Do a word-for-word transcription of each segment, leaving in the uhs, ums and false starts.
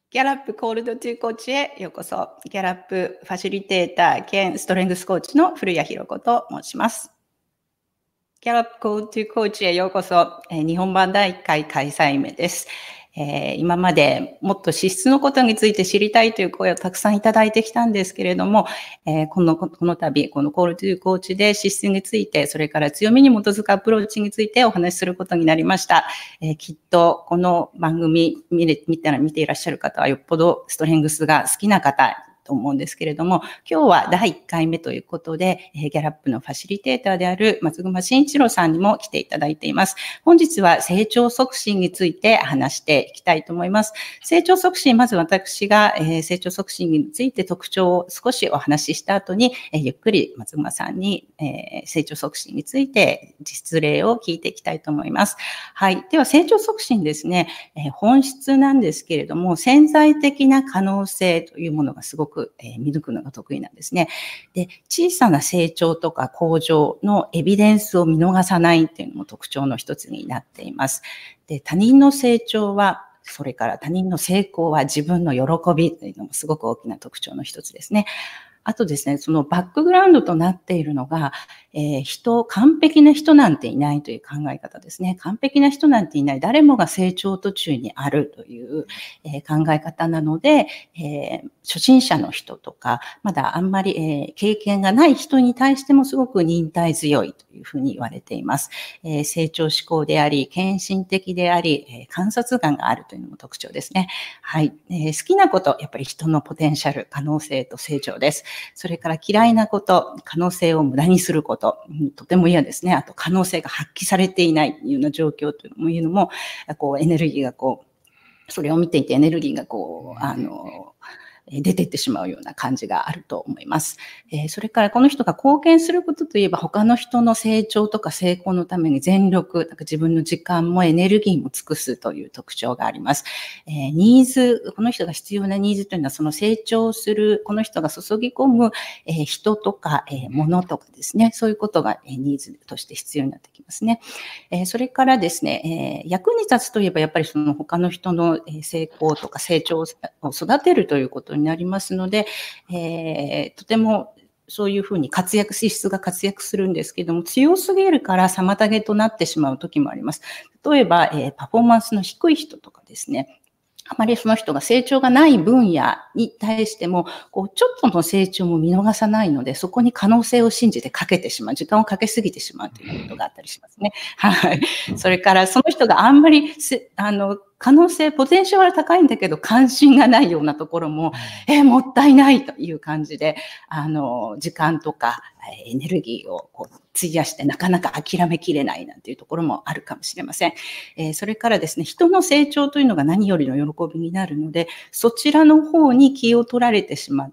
ギャラップコールドトゥーコーチへようこそ。ギャラップファシリテーター兼ストレングスコーチの古谷博子と申します。ギャラップコールドトゥーコーチへようこそ。えー、日本版だいいっかい開催目です。えー、今までもっと資質のことについて知りたいという声をたくさんいただいてきたんですけれども、えー、この、この度、このコールトゥーコーチで資質について、それから強みに基づくアプローチについてお話しすることになりました。えー、きっとこの番組見れ、見たら見ていらっしゃる方はよっぽどストレングスが好きな方、と思うんですけれども、今日はだいいっかいめということで、ギャラップのファシリテーターである松隈慎一郎さんにも来ていただいています。本日は成長促進について話していきたいと思います。成長促進、まず私が成長促進について特徴を少しお話しした後に、ゆっくり松隈さんに成長促進について実例を聞いていきたいと思います。はい。では成長促進ですね、本質なんですけれども、潜在的な可能性というものがすごくえー、見抜くのが得意なんですね。で、小さな成長とか向上のエビデンスを見逃さないっていうのも特徴の一つになっています。で、他人の成長は、それから他人の成功は自分の喜びというのもすごく大きな特徴の一つですね。あとですね、そのバックグラウンドとなっているのが、えー、人、完璧な人なんていないという考え方ですね。完璧な人なんていない。誰もが成長途中にあるという、えー、考え方なので、えー、初心者の人とか、まだあんまり、えー、経験がない人に対してもすごく忍耐強いというふうに言われています。えー、成長志向であり、献身的であり、えー、観察眼があるというのも特徴ですね。はい、えー。好きなこと、やっぱり人のポテンシャル、可能性と成長です。それから嫌いなこと、可能性を無駄にすること、とても嫌ですね。あと可能性が発揮されていないというような状況というのも、こうエネルギーがこう、それを見ていてエネルギーがこう、あの、出ていってしまうような感じがあると思います。えー、それからこの人が貢献することといえば他の人の成長とか成功のために全力、なんか自分の時間もエネルギーも尽くすという特徴があります。えー、ニーズ、この人が必要なニーズというのはその成長する、この人が注ぎ込む、えー、人とか、えー、物とかですね、そういうことが、えー、ニーズとして必要になってきますね。えー、それからですね、えー、役に立つといえばやっぱりその他の人の成功とか成長を育てるということになりますので、えー、とてもそういうふうに活躍、資質が活躍するんですけども、強すぎるから妨げとなってしまう時もあります。例えば、えー、パフォーマンスの低い人とかですね、あまりその人が成長がない分野に対しても、こう、ちょっとの成長も見逃さないので、そこに可能性を信じてかけてしまう、時間をかけすぎてしまうということがあったりしますね。はい。それからその人があんまり、あの、可能性、ポテンシャルは高いんだけど、関心がないようなところも、えー、もったいないという感じで、あの、時間とかエネルギーをこう費やしてなかなか諦めきれないなんていうところもあるかもしれません。えー、それからですね、人の成長というのが何よりの喜びになるので、そちらの方に気を取られてしまって、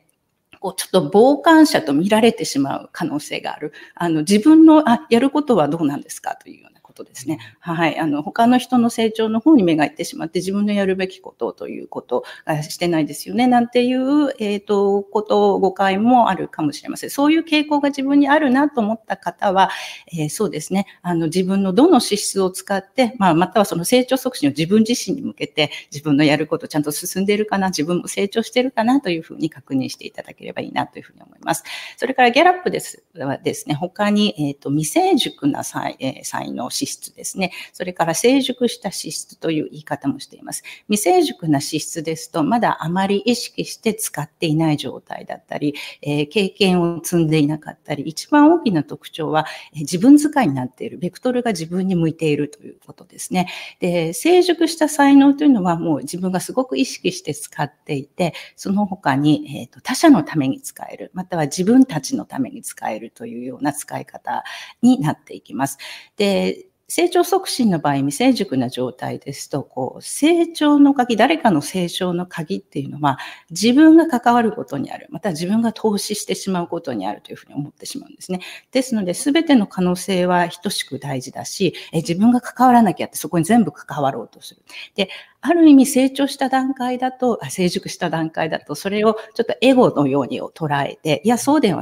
こうちょっと傍観者と見られてしまう可能性がある。あの、自分の、あ、やることはどうなんですかというようなことですね。はい。あの、他の人の成長の方に目がいってしまって、自分のやるべきことということがしてないですよね、なんていう、えっと、こと、誤解もあるかもしれません。そういう傾向が自分にあるなと思った方は、えー、そうですね。あの、自分のどの資質を使って、まあ、またはその成長促進を自分自身に向けて、自分のやることちゃんと進んでいるかな、自分も成長しているかなというふうに確認していただければいいなというふうに思います。それからギャラップですはですね、他に、えっと、未成熟な才、えー、才能、資質ですね。それから成熟した資質という言い方もしています。未成熟な資質ですと、まだあまり意識して使っていない状態だったり、えー、経験を積んでいなかったり、一番大きな特徴は、えー、自分使いになっている、ベクトルが自分に向いているということですね。で、成熟した才能というのはもう自分がすごく意識して使っていて、その他に、えーと、他者のために使える、または自分たちのために使えるというような使い方になっていきます。で、成長促進の場合、未成熟な状態ですと、こう、成長の鍵、誰かの成長の鍵っていうのは、自分が関わることにある、または自分が投資してしまうことにあるというふうに思ってしまうんですね。ですので、すべての可能性は等しく大事だし、え自分が関わらなきゃってそこに全部関わろうとする。で、ある意味成長した段階だと、成熟した段階だと、それをちょっとエゴのように捉えて、いや、そうではないと。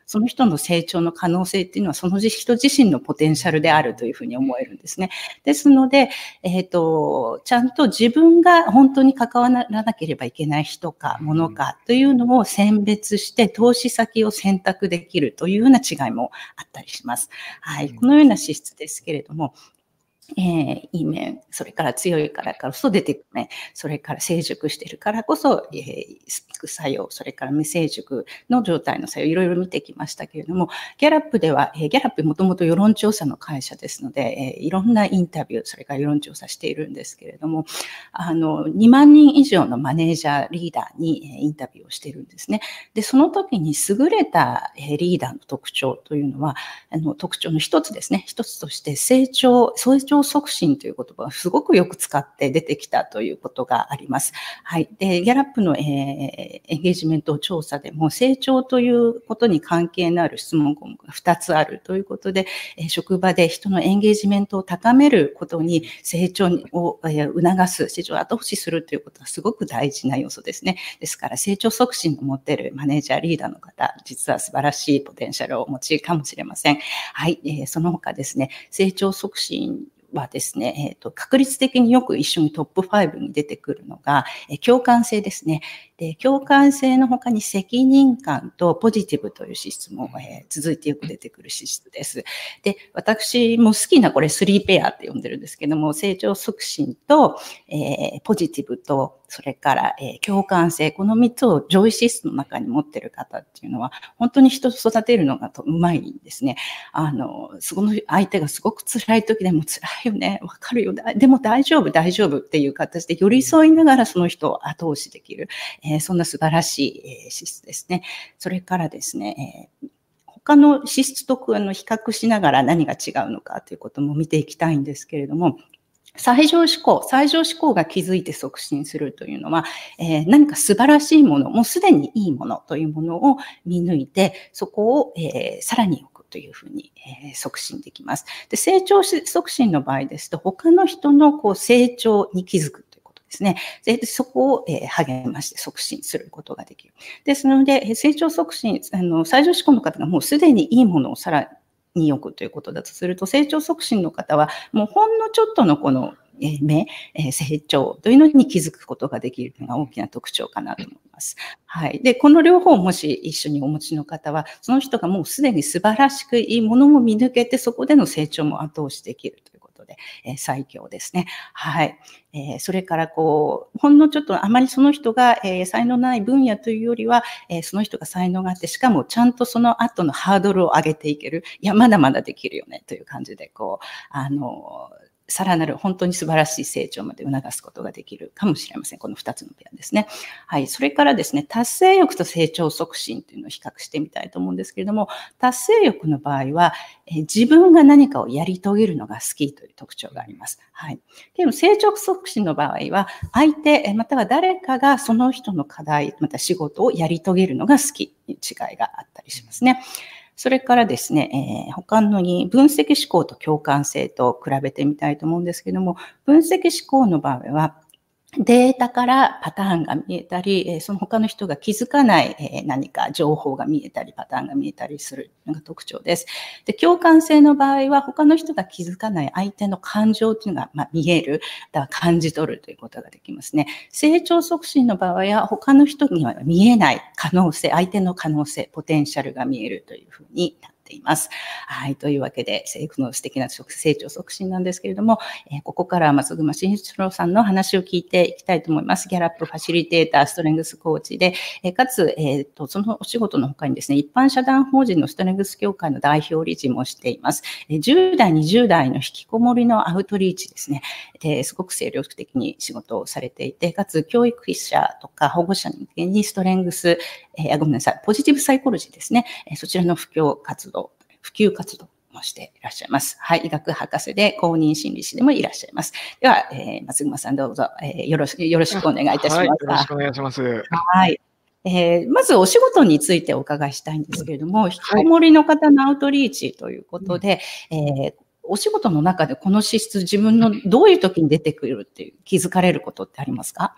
その人の成長の可能性っていうのは、その人自身のポテンシャルであるというふうに思えるんですね。ですので、えっと、ちゃんと自分が本当に関わらなければいけない人か物かというのを選別して、投資先を選択できるというような違いもあったりします。はい。このような資質ですけれども、えー、いい面、それから強いからこそ出てくる面、それから成熟しているからこそ、えー、副作用、それから未成熟の状態の作用、いろいろ見てきましたけれども、ギャラップでは、えー、ギャラップもともと世論調査の会社ですので、えー、いろんなインタビュー、それから世論調査しているんですけれども、あの、にまんにん以上のマネージャー、リーダーに、えー、インタビューをしているんですね。で、その時に優れた、えー、リーダーの特徴というのは、あの、特徴の一つですね、一つとして成長、成長促進という言葉をすごくよく使って出てきたということがあります。はい。で、ギャラップの、えー、エンゲージメント調査でも成長ということに関係のある質問項目がふたつあるということで、えー、職場で人のエンゲージメントを高めることに成長を、えー、促す、成長を後押しするということはすごく大事な要素ですね。ですから成長促進を持っているマネージャー、リーダーの方、実は素晴らしいポテンシャルをお持ちかもしれません。はい。えー、その他ですね、成長促進はですね、えっと、確率的によく一緒にトップファイブに出てくるのが、え共感性ですね。で、共感性の他に責任感とポジティブという資質も、えー、続いてよく出てくる資質です。で、私も好きなこれスリーペアって呼んでるんですけども、成長促進と、えー、ポジティブと、それから、えー、共感性、このみっつを上位資質の中に持ってる方っていうのは、本当に人を育てるのがうまいんですね。あの、その相手がすごく辛い時でも辛いよね、わかるよ、でも大丈夫、大丈夫っていう形で寄り添いながらその人を後押しできる、えー、そんな素晴らしい、えー、資質ですね。それからですね、えー他の資質と比較しながら何が違うのかということも見ていきたいんですけれども、最上志向、最上志向が気づいて促進するというのは、えー、何か素晴らしいもの、もうすでにいいものというものを見抜いて、そこを、えー、さらによくというふうに、えー、促進できます。で、成長促進の場合ですと、他の人のこう成長に気づく。ですね。で、そこを、えー、励まして促進することができる。ですので、成長促進、あの、最上志向の方がもうすでにいいものをさらによくということだとすると、成長促進の方は、もうほんのちょっとのこの、えー、目、えー、成長というのに気づくことができるのが大きな特徴かなと思います。はい。で、この両方をもし一緒にお持ちの方は、その人がもうすでに素晴らしくいいものも見抜けて、そこでの成長も後押しできるということで、えー、最強ですね。はい。えー、それからこう、ほんのちょっとあまりその人が、えー、才能ない分野というよりは、えー、その人が才能があって、しかもちゃんとその後のハードルを上げていける。いや、まだまだできるよね、という感じで、こう、あの、さらなる本当に素晴らしい成長まで促すことができるかもしれません。このふたつのペアですね。はい。それからですね、達成欲と成長促進というのを比較してみたいと思うんですけれども、達成欲の場合は、えー、自分が何かをやり遂げるのが好きという特徴があります。はい。でも成長促進の場合は、相手、または誰かがその人の課題、また仕事をやり遂げるのが好きという違いがあったりしますね。それからですね、えー、他のに分析思考と共感性と比べてみたいと思うんですけども、分析思考の場合は、データからパターンが見えたり、その他の人が気づかない何か情報が見えたり、パターンが見えたりするのが特徴です。で、共感性の場合は、他の人が気づかない相手の感情というのが、まあ、見える、だから感じ取るということができますね。成長促進の場合は、他の人には見えない可能性、相手の可能性、ポテンシャルが見えるというふうになっています。はい。というわけで、成功の素敵な成長促進なんですけれども、えー、ここからは松隈慎一郎さんの話を聞いていきたいと思います。ギャラップファシリテーター、ストレングスコーチで、えー、かつ、えーと、そのお仕事の他にですね、一般社団法人のストレングス協会の代表理事もしています。えー、じゅう代、にじゅう代の引きこもりのアウトリーチですね。ですごく精力的に仕事をされていて、かつ教育者とか保護者向けにストレングス、えー、ごめんなさい、ポジティブサイコロジーですね。えー、そちらの普及活動、普及活動もしていらっしゃいます。はい。医学博士で公認心理師でもいらっしゃいます。では、えー、松隈さんどうぞ、えー、よろしく、よろしくお願いいたします。はい。よろしくお願いします。 はい。えー、まずお仕事についてお伺いしたいんですけれども、引きこもりの方のアウトリーチということで、はい、えー、お仕事の中でこの資質、自分のどういう時に出てくるっていう気づかれることってありますか？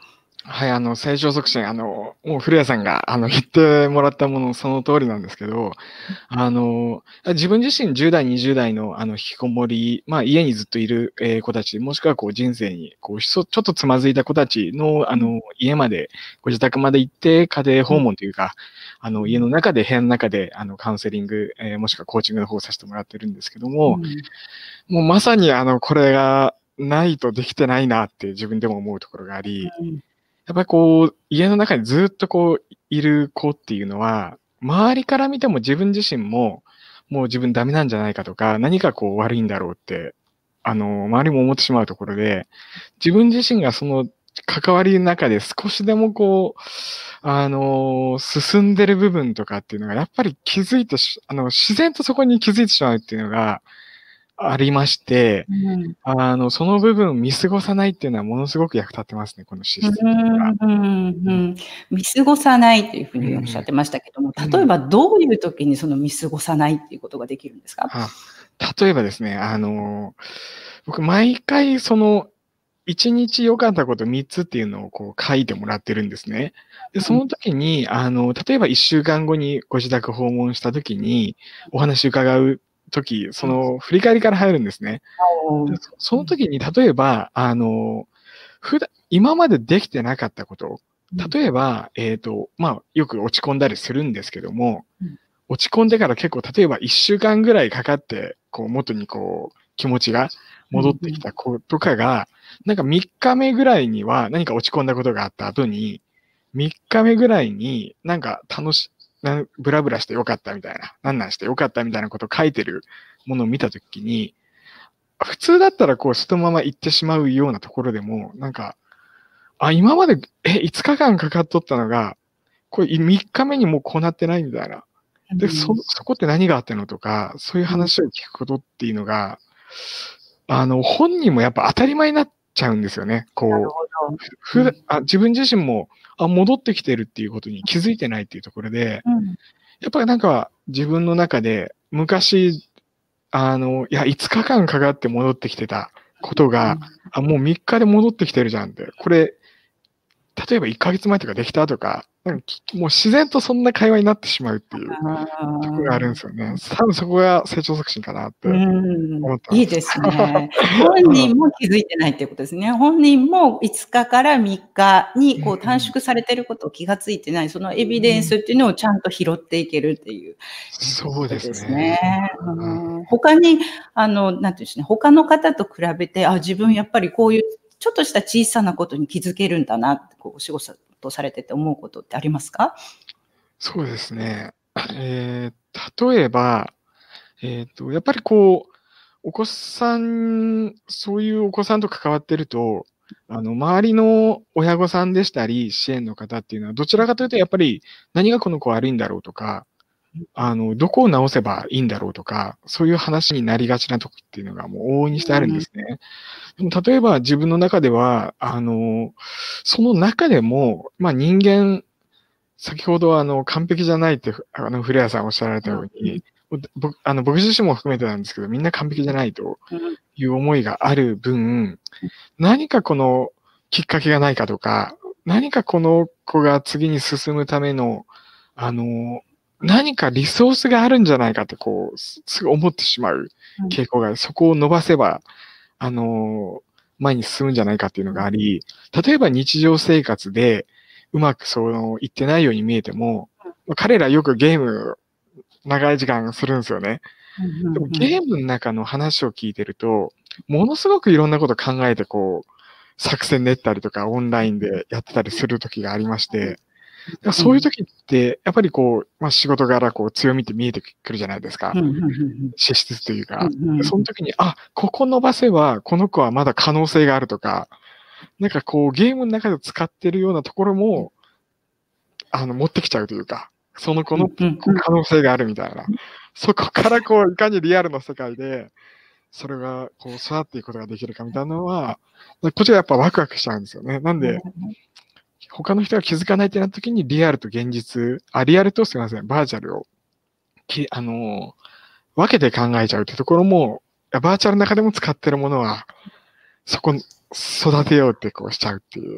はい、あの、成長促進、あの、もう古谷さんが、あの、言ってもらったもの、その通りなんですけど、あの、自分自身じゅう代、にじゅう代の、あの、引きこもり、まあ、家にずっといる、えー子たち、もしくは、こう、人生に、こう、ひそちょっとつまずいた子たちの、あの、家まで、ご自宅まで行って、家庭訪問というか、あの、家の中で、部屋の中で、あの、カウンセリング、えーもしくはコーチングの方をさせてもらってるんですけども、 うん。 もうまさに、あの、これがないとできてないなって自分でも思うところがあり、 うん。 やっぱりこう、家の中にずっとこう、いる子っていうのは、周りから見ても自分自身も、もう自分ダメなんじゃないかとか、何かこう悪いんだろうって、あの、周りも思ってしまうところで、自分自身がその関わりの中で少しでもこう、あの、進んでる部分とかっていうのが、やっぱり気づいてし、あの、自然とそこに気づいてしまうっていうのがありまして、 うん。 あの、その部分を見過ごさないっていうのはものすごく役立ってますね、このシうステムが。 ん、うんうん。見過ごさないというふうにおっしゃってましたけども、 うん。 例えばどういう時にその見過ごさないっていうことができるんですか？ あ、例えばですね、あの、僕毎回その、いちにち良かったことみっつっていうのをこう書いてもらってるんですね。で、そうん。 の時に、あの、例えばいっしゅうかんごにご自宅訪問した時に、お話伺う時、その振り返りから入るんですね。で、 お。 そその時に例えば、あの、普段今までできてなかったこと、 うん。 例えば、えっと、まあ、よく落ち込んだりするんですけども、 うん。 落ち込んでから結構例えばいっしゅうかんぐらいかかって、こう元にこう気持ちが戻ってきた子とかが、なんかみっかめぐらいには何か落ち込んだことがあった後に、みっかめぐらいになんか楽し、なブラブラしてよかったみたいな、なんなんしてよかったみたいなことを書いてるものを見たときに、普通だったらこうそのまま行ってしまうようなところでも、なんか、あ、今まで、え、いつかかんかかっとったのが、これみっかめにもうこうなってないみたいな。で、そ、 うん。 そこって何があってんのとか、そういううん。 話を聞くことっていうのが、あの、本人もやっぱ当たり前になっちゃうんですよね。 なるこう、 ほど。うふん。 あ自分自身も、あ、戻ってきてるっていうことに気づいてないっていうところで、 うん。 やっぱりなんか自分の中で昔、あの、いや、いつかかんかかって戻ってきてたことが、あ、もうみっかで戻ってきてるじゃんって。これ、例えばいっかげつまえとかできたとか、なんかもう自然とそんな会話になってしまうっていうあところがあるんですよあ。 ね。多分そこが成長促進かなっうてん、 思ってます。 いいですね。本人も気づいてないっていうことですね。本人もいつかかからみっかにこう短縮されてることを気がついてない、そのエビデンスっていうのをちゃんと拾っていけるっていうことそうですですね。 ね。 うん、他にあの、なんていうんですね、他の方と比べて、あ、自分やっぱりこういうちょっとした小さなことに気づけるんだなって、こうお仕事されてて思うことってありますか？ そうですね。えー、例えば、えっと、やっぱりこう、お子さん、そういうお子さんと関わってると、あの、周りの親御さんでしたり、支援の方っていうのは、どちらかというと、やっぱり、何がこの子悪いんだろうとか、あの、どこを直せばいいんだろうとか、そういう話になりがちな時っていうのがもう往々にしてあるんですね。でも例えば自分の中では、あの、その中でも、まあ人間、先ほどあの、完璧じゃないって、あの、古谷さんおっしゃられたように、僕、あの、僕自身も含めてなんですけど、みんな完璧じゃないという思いがある分、何かこのきっかけがないかとか、何かこの子が次に進むための、あの、何かリソースがあるんじゃないかってこう、すぐ思ってしまう傾向がある。そこを伸ばせば、あの、前に進むんじゃないかっていうのがあり、例えば日常生活でうまくその、いってないように見えても、彼らよくゲーム長い時間するんですよね。でもゲームの中の話を聞いてると、ものすごくいろんなこと考えてこう、作戦練ったりとかオンラインでやってたりする時がありまして、そういう時って、やっぱりこう、まあ、仕事柄こう強みって見えてくるじゃないですか。資質というか。その時に、あ、ここ伸ばせば、この子はまだ可能性があるとか、なんかこう、ゲームの中で使ってるようなところも、あの、持ってきちゃうというか、その子の可能性があるみたいな。そこからこう、いかにリアルの世界で、それがこう、育っていくことができるかみたいなのは、こっちがやっぱワクワクしちゃうんですよね。なんで、他の人が気づかないってなった時にリアルと現実、あ、リアルとすいません、バーチャルを、きあの、分けて考えちゃうってところも、バーチャルの中でも使ってるものは、そこ、育てようってこうしちゃうっていうと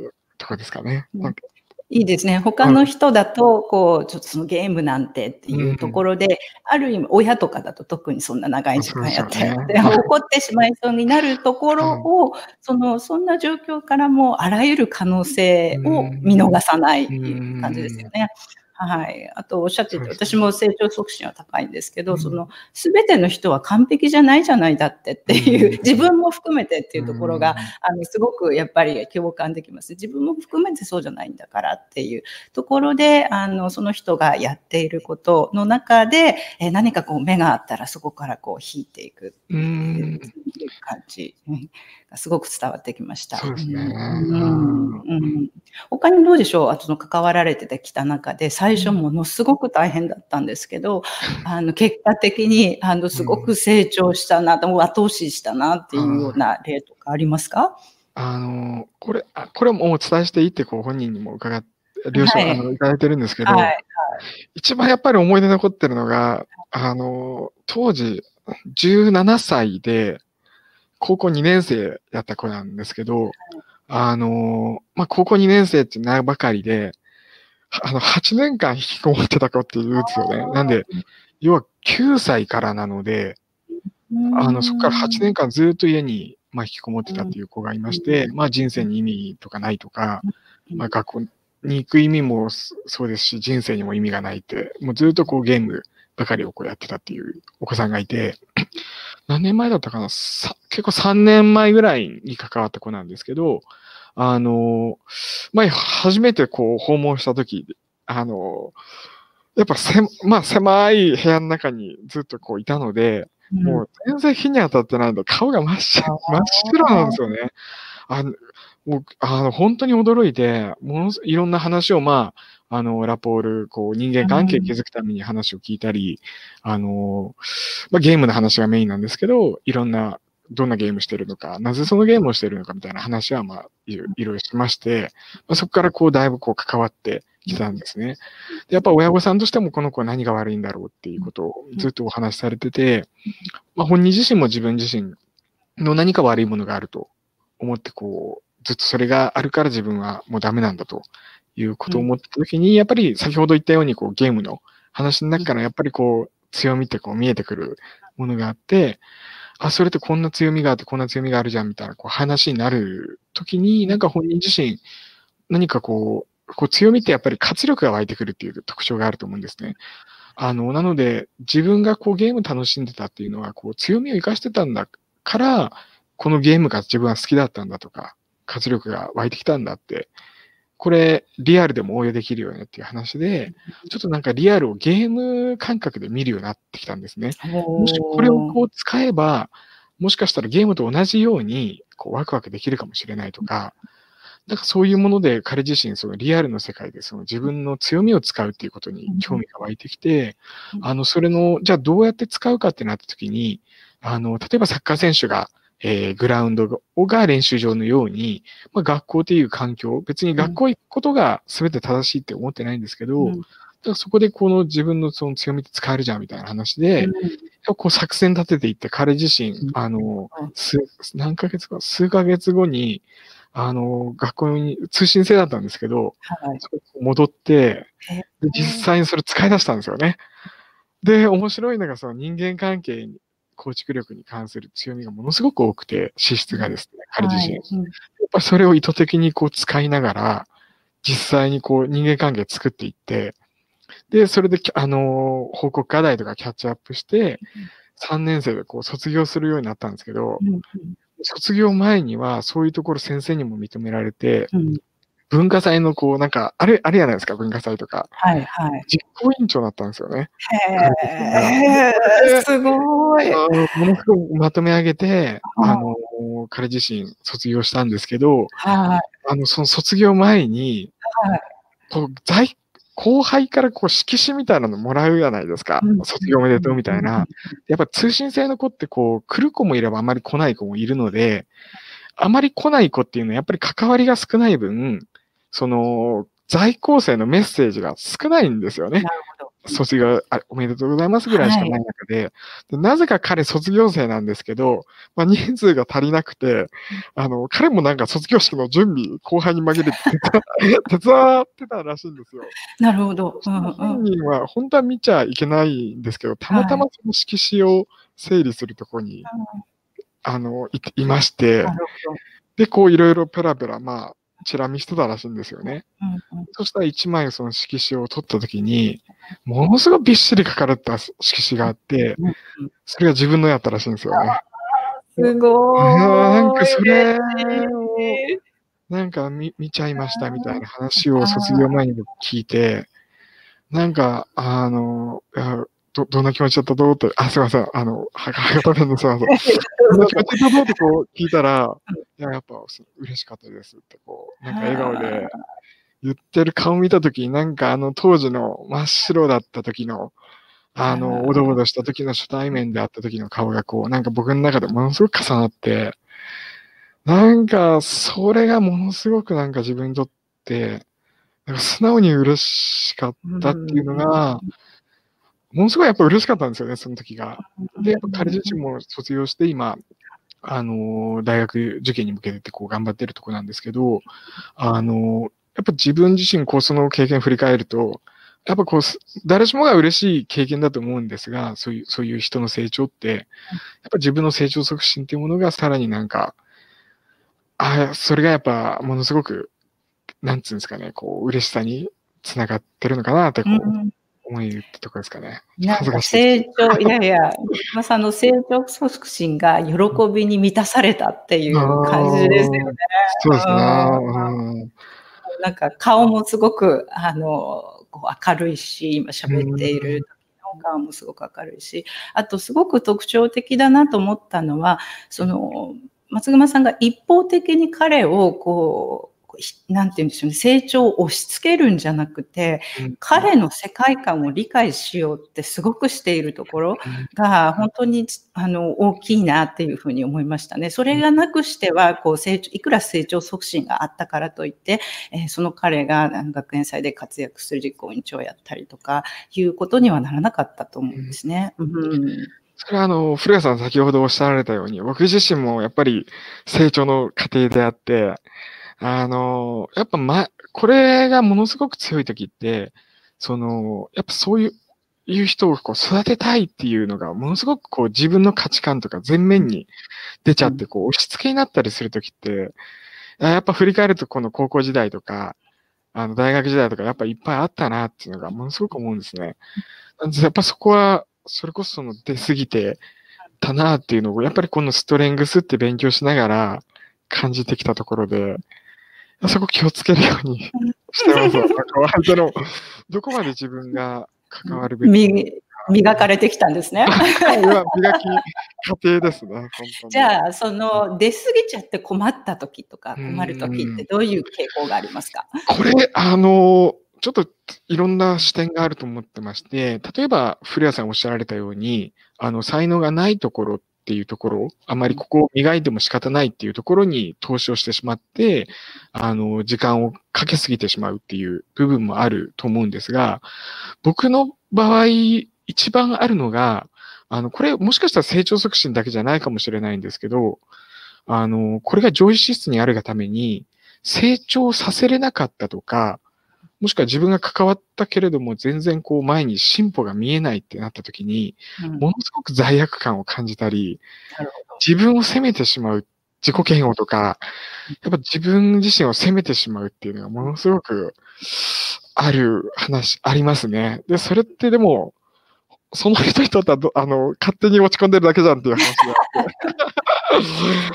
とこですかね。 うんなんかいいですね。他の人だと、こう、ちょっとそのゲームなんてっていうところで、ある意味、親とかだと特にそんな長い時間やって、 そうですよねで、怒ってしまいそうになるところを、その、そんな状況からもあらゆる可能性を見逃さないっていう感じですよね。はい。あとおっしゃってて、私も成長促進は高いんですけど、その、すべての人は完璧じゃないじゃないだってっていう、自分も含めてっていうところが、あの、すごくやっぱり共感できます。自分も含めてそうじゃないんだからっていうところで、あの、その人がやっていることの中で、え何かこう目があったらそこからこう引いていくっていう感じがすごく伝わってきました。 そうですね。 うんうん、他にどうでしょう、あとの関わられてきた中で、最初ものすごく大変だったんですけど、あの、結果的に、あの、すごく成長したなと、後押ししたなっていうような例とかありますか？ あの、これ、あ、これもお伝えしていいってこう本人にも伺っ了承、あの、いただいてるんですけど、 はいはい。 一番やっぱり思い出に残ってるのが、あの、当時じゅうななさいで、高校にねん生やった子なんですけど、あの、まあ、高校にねん生って名ばかりで、あの、はちねんかん引きこもってた子っていうんですよね。なんで、要はきゅうさいからなので、あの、そこからはちねんかんずっと家に、まあ、引きこもってたっていう子がいまして、まあ、人生に意味とかないとか、まあ、学校に行く意味もそうですし、人生にも意味がないって、もうずっとこうゲームばかりをこうやってたっていうお子さんがいて、何年前だったかな、さ結構さんねんまえぐらいに関わった子なんですけど、あの、まあ、初めてこう訪問した時、あの、やっぱせ、まあ、狭い部屋の中にずっとこういたので、もう全然日に当たってないんで、顔が真っ白、真っ白なんですよね。あの、もう、あの、本当に驚いて、ものすいろんな話を、まあ、あの、ラポール、こう、人間関係築くために話を聞いたり、あの、まあ、ゲームの話がメインなんですけど、いろんな、どんなゲームしてるのか、なぜそのゲームをしてるのかみたいな話は、まあ、いろいろしまして、まあ、そこからこう、だいぶこう、関わってきたんですね。で、やっぱ親御さんとしてもこの子は何が悪いんだろうっていうことをずっとお話しされてて、まあ、本人自身も自分自身の何か悪いものがあると思って、こう、ずっとそれがあるから自分はもうダメなんだということを思ったときに、やっぱり先ほど言ったように、こう、ゲームの話の中からやっぱりこう、強みってこう見えてくるものがあって、あ、それってこんな強みがあって、こんな強みがあるじゃんみたいなこう話になるときに、なんか本人自身、何かこう、こう強みってやっぱり活力が湧いてくるっていう特徴があると思うんですね。あの、なので、自分がこうゲーム楽しんでたっていうのは、こう強みを生かしてたんだから、このゲームが自分は好きだったんだとか、活力が湧いてきたんだって、これ、リアルでも応用できるよねっていう話で、ちょっとなんかリアルをゲーム感覚で見るようになってきたんですね。もしこれをこう使えば、もしかしたらゲームと同じように、こうワクワクできるかもしれないとか、なんかそういうもので彼自身、そのリアルの世界でその自分の強みを使うっていうことに興味が湧いてきて、あの、それの、じゃあどうやって使うかってなった時に、あの、例えばサッカー選手が、えー、グラウンドが練習場のように、まあ、学校っていう環境、別に学校行くことが全て正しいって思ってないんですけど、うん、だからそこでこの自分のその強みって使えるじゃんみたいな話で、うん、こう作戦立てていって彼自身、あの、数、何ヶ月後、数ヶ月後に、あの、学校に通信制だったんですけど、はい、戻って、で、実際にそれ使い出したんですよね。で、面白いのがその人間関係に、構築力に関する強みがものすごく多くて、資質がですね、彼自身。はい、やっぱりそれを意図的にこう使いながら、実際にこう人間関係作っていって、で、それで、あの、報告課題とかキャッチアップして、さんねん生でこう卒業するようになったんですけど、うんうん、卒業前にはそういうところ先生にも認められて、うん、文化祭のこう、なんか、あれ、あれじゃないですか、文化祭とか。 はいはい。 実行委員長だったんですよね。 へー、すごい。 ものすごくまとめ上げて、あの、彼自身卒業したんですけど、はい、あの、その卒業前に、はい、こう在後輩からこう色紙みたいなのもらうじゃないですか。うん、卒業おめでとうみたいな。やっぱ通信制の子ってこう、来る子もいればあまり来ない子もいるので、あまり来ない子っていうのはやっぱり関わりが少ない分、その、在校生のメッセージが少ないんですよね。なるほど。 卒業あおめでとうございますぐらいしかない中で、でなぜか彼卒業生なんですけど、まあ、人数が足りなくて、あの、彼もなんか卒業式の準備、後輩に紛れて手伝手伝ってたらしいんですよ。 なるほど。 その本人は本当は見ちゃいけないんですけど、たまたまその色紙を整理するところに、あの、いいまして、 なるほど。 で、こういろいろペラペラ、まあ、チラ見してたらしいんですよね。 うんうんそしたら一枚その色紙を取ったときに、ものすごいびっしり書かれた色紙があって、 うんうんそれが自分のやったらしいんですよね。 すごなんかーい。 それを、 嬉しい。 なんか見見ちゃいましたみたいな話を卒業前に聞いて、なんか、あの、いやど、どんな気持ちだったどうって、あ、すいません、あの、はが、はがためんすいません。どんな気持ちだったどうってこう聞いたら、いや、やっぱ嬉しかったですってこう、なんか笑顔で言ってる顔見たときに、なんかあの当時の真っ白だった時の、あの、おどおどした時の初対面で会った時の顔がこう、なんか僕の中でものすごく重なって、なんか、それがものすごくなんか自分にとって、なんか素直に嬉しかったっていうのが、ものすごいやっぱ嬉しかったんですよね、その時が。で、やっぱ彼自身も卒業して今、あの、大学受験に向けてこう頑張ってるとこなんですけど、あの、やっぱ自分自身こうその経験を振り返ると、やっぱこう、誰しもが嬉しい経験だと思うんですが、そういう、そういう人の成長って、やっぱ自分の成長促進っていうものがさらになんか、ああ、それがやっぱものすごく、なんつうんですかね、こう、嬉しさにつながってるのかなってこう、 うん思いってとこですかね。 なんか成長、いやいや、まさんの成長促進が喜びに満たされたっていう感じですよね。 そうですね。 うんなんか顔もすごく、あの、こう明るいし、今喋っている時の顔もすごく明るいし、あとすごく特徴的だなと思ったのは、その、松隈さんが一方的に彼をこう、なんて言うんでしょうね、成長を押し付けるんじゃなくて、彼の世界観を理解しようってすごくしているところが、本当にあの大きいなっていうふうに思いましたね。それがなくしては、こう成長、いくら成長促進があったからといって、えー、その彼が学園祭で活躍する実行委員長をやったりとか、いうことにはならなかったと思うんですね。うんうんそれはあの、古谷さん先ほどおっしゃられたように、僕自身もやっぱり成長の過程であって、あの、やっぱま、これがものすごく強い時って、その、やっぱそういう、いう人をこう育てたいっていうのが、ものすごくこう自分の価値観とか前面に出ちゃって、こう押し付けになったりする時って、やっぱ振り返るとこの高校時代とか、あの大学時代とかやっぱいっぱいあったなっていうのがものすごく思うんですね。やっぱそこは、それこそその出過ぎてたなっていうのを、やっぱりこのストレングスって勉強しながら感じてきたところで、そこ気をつけるようにしてます。相手の、どこまで自分が関わるべき磨かれてきたんですね。 磨き過程ですね、本当に。 じゃあ、その出過ぎちゃって困った時とか困る時ってどういう傾向がありますか？ これ、あの、ちょっといろんな視点があると思ってまして、例えば古谷さんおっしゃられたように、あの、才能がないところっていうところ、あまりここを磨いても仕方ないっていうところに投資をしてしまって、あの、時間をかけすぎてしまうっていう部分もあると思うんですが、僕の場合、一番あるのが、あの、これもしかしたら成長促進だけじゃないかもしれないんですけど、あの、これが上位資質にあるがために、成長させれなかったとか、もしくは自分が関わったけれども全然こう前に進歩が見えないってなった時に、ものすごく罪悪感を感じたり、自分を責めてしまう、自己嫌悪とか、やっぱ自分自身を責めてしまうっていうのがものすごくある話、ありますね。で、それってでも、その人にとってはど、あの、勝手に落ち込んでるだけじゃんっていう話があって。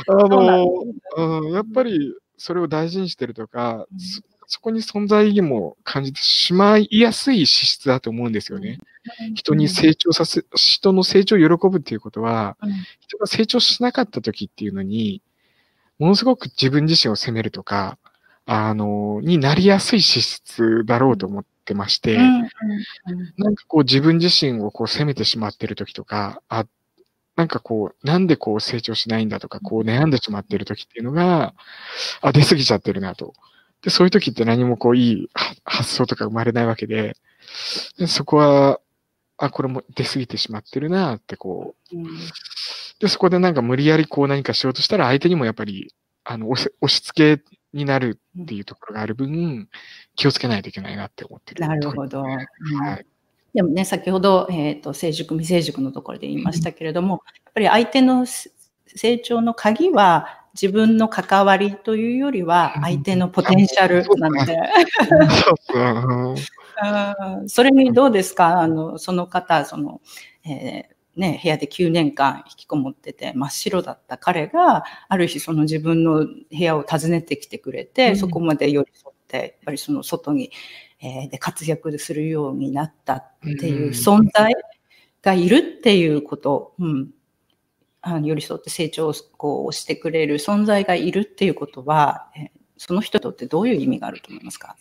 あの、うん、やっぱりそれを大事にしてるとか、そ、そこに存在意義も感じてしまいやすい資質だと思うんですよね。人に成長させ、人の成長を喜ぶっていうことは、人が成長しなかった時っていうのに、ものすごく自分自身を責めるとか、あの、になりやすい資質だろうと思ってまして、なんかこう自分自身をこう責めてしまってる時とか、あ、なんかこう、なんでこう成長しないんだとか、こう悩んでしまってる時っていうのが、あ、出過ぎちゃってるなと。で、そういう時って何もこういい発想とか生まれないわけで、 で、そこは、あ、これも出過ぎてしまってるなってこう、 うん。 で、そこでなんか無理やりこう何かしようとしたら、相手にもやっぱり、あの、押し押し付けになるっていうところがある分、気をつけないといけないなって思ってるなるところほど。うん。 はい。 でもね、先ほど、えっと、成熟、未成熟のところで言いましたけれども、やっぱり相手のす成長の鍵は、自分の関わりというよりは、相手のポテンシャルなので。 うん、そうそう、うん。 うん、それにどうですか？あの、その方、その、ええ、ね、部屋できゅうねんかん引きこもってて真っ白だった彼が、ある日その自分の部屋を訪ねてきてくれて、そこまで寄り添って、やっぱりその外に、ええ、で活躍するようになったっていう存在がいるっていうこと、うん。あの、寄り添って成長をこうしてくれる存在がいるっていうことは、え、その人にとってどういう意味があると思いますか？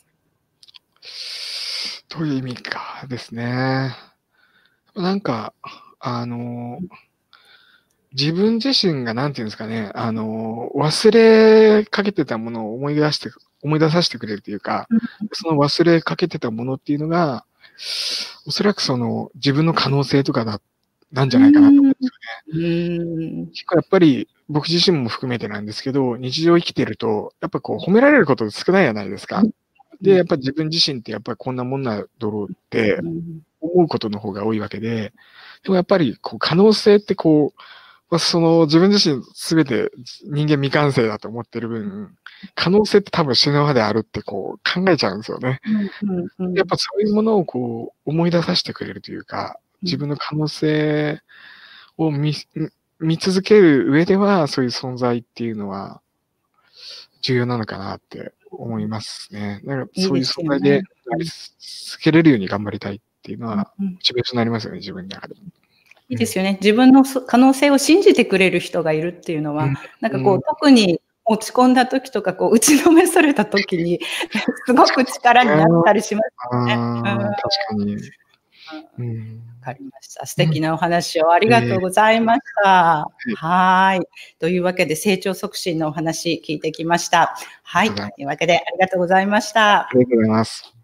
どういう意味かですね。なんか、あの、自分自身が何て言うんですかね、あの、忘れかけてたものを思い出して思い出さしてくれるというか、その忘れかけてたものっていうのが、おそらくその、自分の可能性とかだなんじうゃないかなとーん。 思うんうーん。 ですよね。結構やっぱり、僕自身も含めてなんですけど、日常生きてると、やっぱこう褒められること少ないじゃないですか。で、やっぱ自分自身ってやっぱりこんなもんなんだろうって思うことの方が多いわけで、でもやっぱりこう可能性ってこう、ま、その自分自身全て人間未完成だと思ってる分、可能性って多分死ぬまであるってこう考えちゃうんですよね。 うんうんうん。 やっぱそういうものをこう思い出さしてくれるというか、自分の可能性を見見続ける上では、そういう存在っていうのは重要なのかなって思いますね。だからそういういいです存在でよね。 あり続けれるように頑張りたいっていうのは、 うんうん。 モチベーションになりますよね、自分の中で。うん。 いいですよね。自分のそ可能性を信じてくれる人がいるっていうのは、なんかこううん。 特に落ち込んだ時とか、こう打ちのめされた時に、すごく力になったりしますよね。うん。 ああ、確かに。 うん。 うん。 分かりました。素うん。 敵なお話をありがええ。 とうございました。 はい。 はい。というわけで、成長促進のお話聞いてきました。はい。 ありがとうございます。 というわけでありがとうございました。 ありがとうございます。